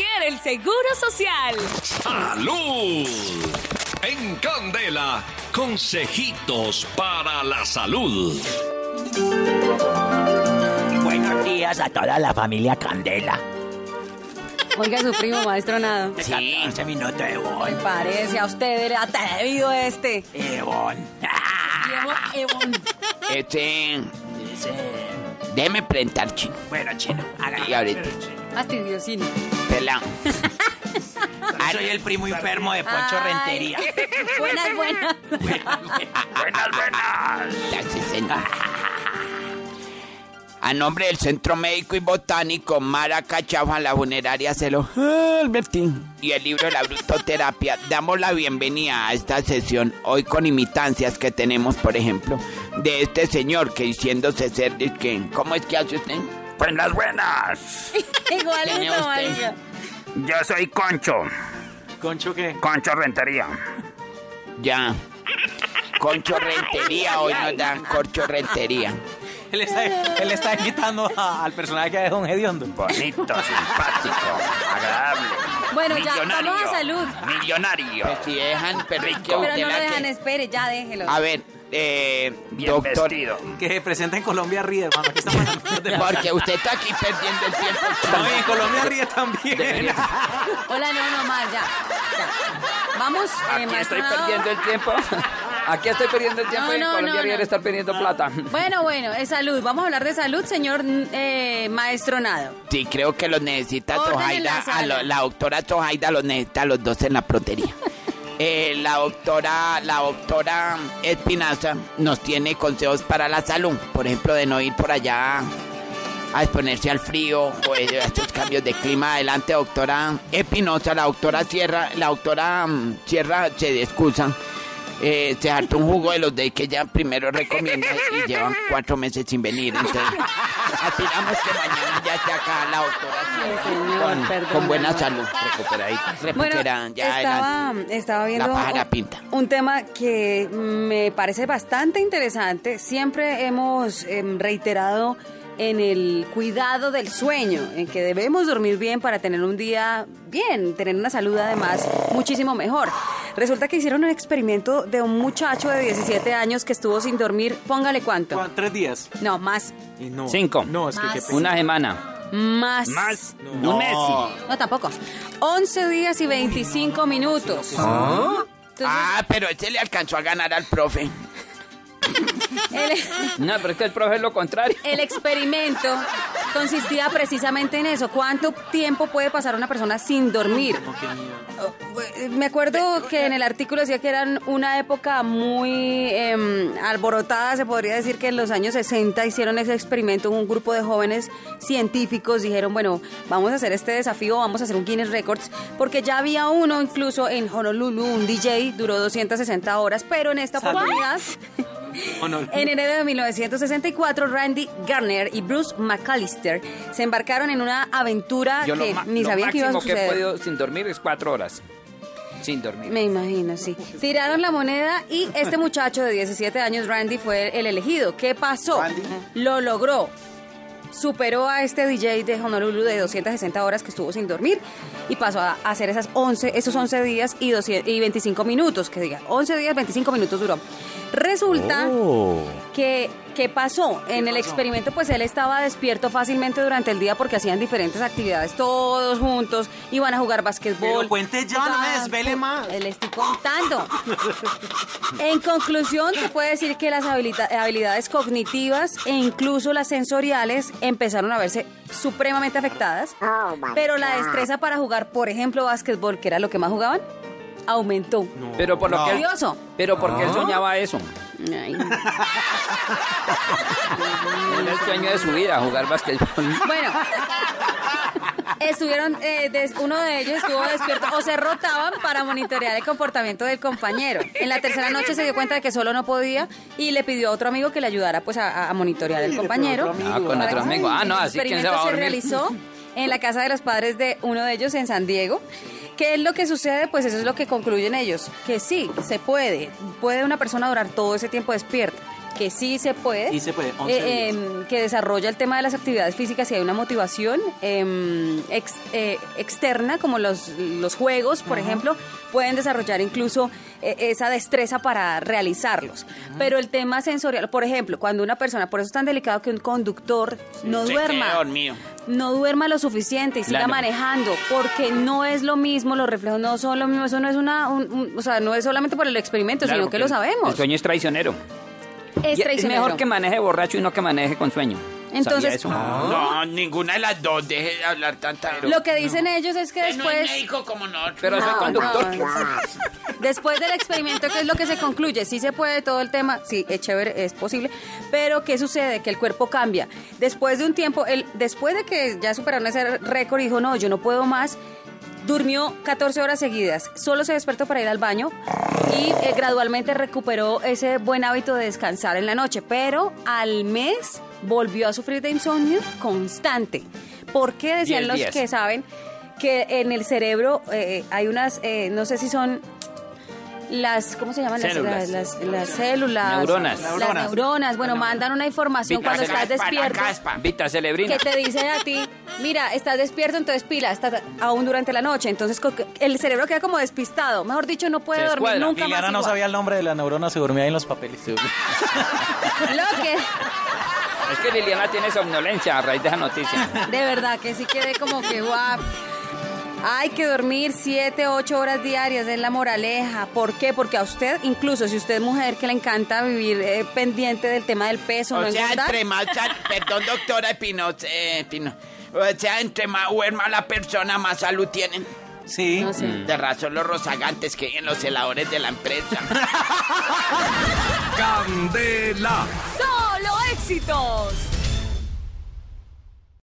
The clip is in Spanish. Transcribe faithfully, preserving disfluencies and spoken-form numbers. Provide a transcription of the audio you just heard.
quiere el Seguro Social. ¡Salud! En Candela, consejitos para la salud. Buenos días a toda la familia Candela. Oiga, su primo, maestro Nado. Sí, ese minuto de Me Evon. parece a usted el atrevido este. Evon. Evon. Este... Ese... Déjeme presentar, chino. Bueno, chino, hágale. Y ahorita. Fastidiosino. Pelao. Soy el primo enfermo de Poncho Ay. Rentería. Buenas, buenas. Buenas, buenas. Gracias, señor. A nombre del Centro Médico y Botánico Mara Cachafa, la funeraria Celo Albertín y el libro La Brutoterapia, damos la bienvenida a esta sesión, hoy con imitancias que tenemos, por ejemplo, de este señor que diciéndose ser de que, ¿cómo es que hace usted? Buenas, buenas. ¿Tiene Igualito, usted? marica. Yo soy Concho. ¿Concho qué? Concho Rentería. Ya. Concho Rentería, hoy nos dan Corcho Rentería. Él está, él está invitando a- al personaje que es Don Hediondo. Bonito, simpático, agradable. Bueno, ya, Millonario. vamos a salud. Millonario. Pues si dejan, pero es que Pero usted no lo la dejan, que... espere, ya déjelo. A ver, eh, Bien doctor... vestido. Que se presenta en Colombia Ríe, hermano. Aquí estamos hablando de- Porque usted está aquí perdiendo el tiempo. No, y en Colombia Ríe también. Hola, no, no más, ya. ya. Vamos, eh, Aquí maestro estoy Nado. perdiendo el tiempo. Aquí estoy perdiendo el tiempo No, y en no, Colombia no, debería no. estar perdiendo plata. Bueno, bueno, es salud. Vamos a hablar de salud, señor eh, maestro Nado. Sí, creo que los necesita Orden en Zojaida. la A sala. lo- la doctora Zojaida los necesita a los dos en la protería. Eh, la doctora, la doctora Espinaza nos tiene consejos para la salud. Por ejemplo, de no ir por allá a exponerse al frío o a estos cambios de clima. Adelante, doctora Espinosa. La doctora Sierra, la doctora mm, Sierra se excusa. Eh, se hartó un jugo de los de que ella primero recomienda y llevan cuatro meses sin venir. Entonces, aspiramos que mañana ya esté acá la doctora Sierra, Ay, señor, con, perdón, con buena hermano. salud, recuperadita. Bueno, Recuperan, ya adelante. estaba, estaba viendo La pájara un- pinta. un tema que me parece bastante interesante. Siempre hemos em, reiterado en el cuidado del sueño, en que debemos dormir bien para tener un día bien, tener una salud además muchísimo mejor. Resulta que hicieron un experimento de un muchacho de diecisiete años que estuvo sin dormir, póngale cuánto. ¿Cuán- ¿Tres días? No, más, Y no. Cinco. No, es que Más. qué pena. Una semana. más. Más No. un Messi. No, tampoco. once días y veinticinco minutos. Entonces, Ah, pero ese le alcanzó a ganar al profe. el- No, pero es que el profe es lo contrario. El experimento consistía precisamente en eso. ¿Cuánto tiempo puede pasar una persona sin dormir? Me acuerdo que en el artículo decía que eran una época muy em, alborotada. Se podría decir que en los años sesenta hicieron ese experimento. Un grupo de jóvenes científicos dijeron, bueno, vamos a hacer este desafío, vamos a hacer un Guinness Records, porque ya había uno incluso en Honolulu, un D J, duró doscientas sesenta horas, pero en esta Salud. oportunidad... ¿O no? En enero de mil novecientos sesenta y cuatro, Randy Garner y Bruce McAllister se embarcaron en una aventura Yo lo, que ma- ni lo sabían que iba a máximo que he suceder. podido sin dormir es cuatro horas. Sin dormir. Me imagino, sí. Tiraron la moneda y este muchacho de diecisiete años, Randy, fue el elegido. ¿Qué pasó? Randy. Lo logró. Superó a este D J de Honolulu de doscientas sesenta horas que estuvo sin dormir y pasó a hacer esas once, esos once días y, doscientos, y veinticinco minutos, que diga, once días, veinticinco minutos duró. Resulta que, ¿qué pasó? En el experimento, pues él estaba despierto fácilmente durante el día porque hacían diferentes actividades todos juntos, iban a jugar basquetbol. Pero cuente ya, no me desvele más. Le estoy contando. En conclusión, se puede decir que las habilita- habilidades cognitivas e incluso las sensoriales empezaron a verse supremamente afectadas, pero la destreza para jugar, por ejemplo, básquetbol, que era lo que más jugaban, aumentó. Pero por lo que él, Curioso. pero porque él soñaba eso. Ay. Era el sueño de su vida, jugar basquetbol. Bueno, estuvieron, eh, des- uno de ellos estuvo despierto o se rotaban para monitorear el comportamiento del compañero. En la tercera noche se dio cuenta de que solo no podía y le pidió a otro amigo que le ayudara pues a, a monitorear el compañero. Ah, con otro amigo. Ah, no, El así quién se va experimento a se dormir. realizó en la casa de los padres de uno de ellos en San Diego. ¿Qué es lo que sucede? Pues eso es lo que concluyen ellos, que sí, se puede, puede una persona durar todo ese tiempo despierta. que sí se puede. Sí se puede, once eh, días. eh, que desarrolla el tema de las actividades físicas y hay una motivación eh, ex- eh, externa, como los, los juegos, por ejemplo, pueden desarrollar incluso eh, esa destreza para realizarlos. Pero el tema sensorial, por ejemplo, cuando una persona, por eso es tan delicado que un conductor no Se duerma. quede dormido. No duerma lo suficiente y siga Claro. manejando, porque no es lo mismo, los reflejos no son lo mismo, eso no es una, un- un- o sea, no es solamente por el experimento, Claro, sino que porque lo el- sabemos. El sueño es traicionero. Es Y es traicionero. mejor que maneje borracho y no que maneje con sueño. Entonces- ¿Sabía eso? No, ninguna de las dos. Deje de hablar tanta. Lo que dicen ellos es que Usted no es después... médico como nosotros. Pero soy No, conductor. no. Después del experimento, ¿qué es lo que se concluye? Sí se puede todo el tema, sí, es chévere, es posible, pero ¿qué sucede? Que el cuerpo cambia. Después de un tiempo, él, después de que ya superaron ese récord y dijo, no, yo no puedo más, durmió catorce horas seguidas, solo se despertó para ir al baño y eh, gradualmente recuperó ese buen hábito de descansar en la noche, pero al mes volvió a sufrir de insomnio constante. ¿Por qué? Decían Diez los días. que saben que en el cerebro eh, hay unas, eh, no sé si son las, ¿cómo se llaman? Las- Células. Las, las, las células. Neuronas. Las Neuronas. neuronas. Bueno, mandan una información Vita cuando estás Caspa, la despierto. caspa. Vita celebrina. Que te dicen a ti, mira, estás despierto, entonces pila, estás aún durante la noche. Entonces co- el cerebro queda como despistado. Mejor dicho, no puede Se dormir descuadra. nunca Liliana más no igual. sabía el nombre de la neurona, se dormía ahí en los papeles. Lo que, Es que Liliana tiene somnolencia a raíz de esa noticia. de verdad, que sí quedé como que guap. Hay que dormir siete, ocho horas diarias, es la moraleja. ¿Por qué? Porque a usted, incluso si usted es mujer que le encanta vivir eh, pendiente del tema del peso, O no sea, engordar, entre más, sal- perdón, doctora Pino, eh, Pino. O sea, entre más duerma la persona, más salud tienen. Sí. no sé. De razón los rozagantes que hay en los heladores de la empresa. Candela. Solo éxitos.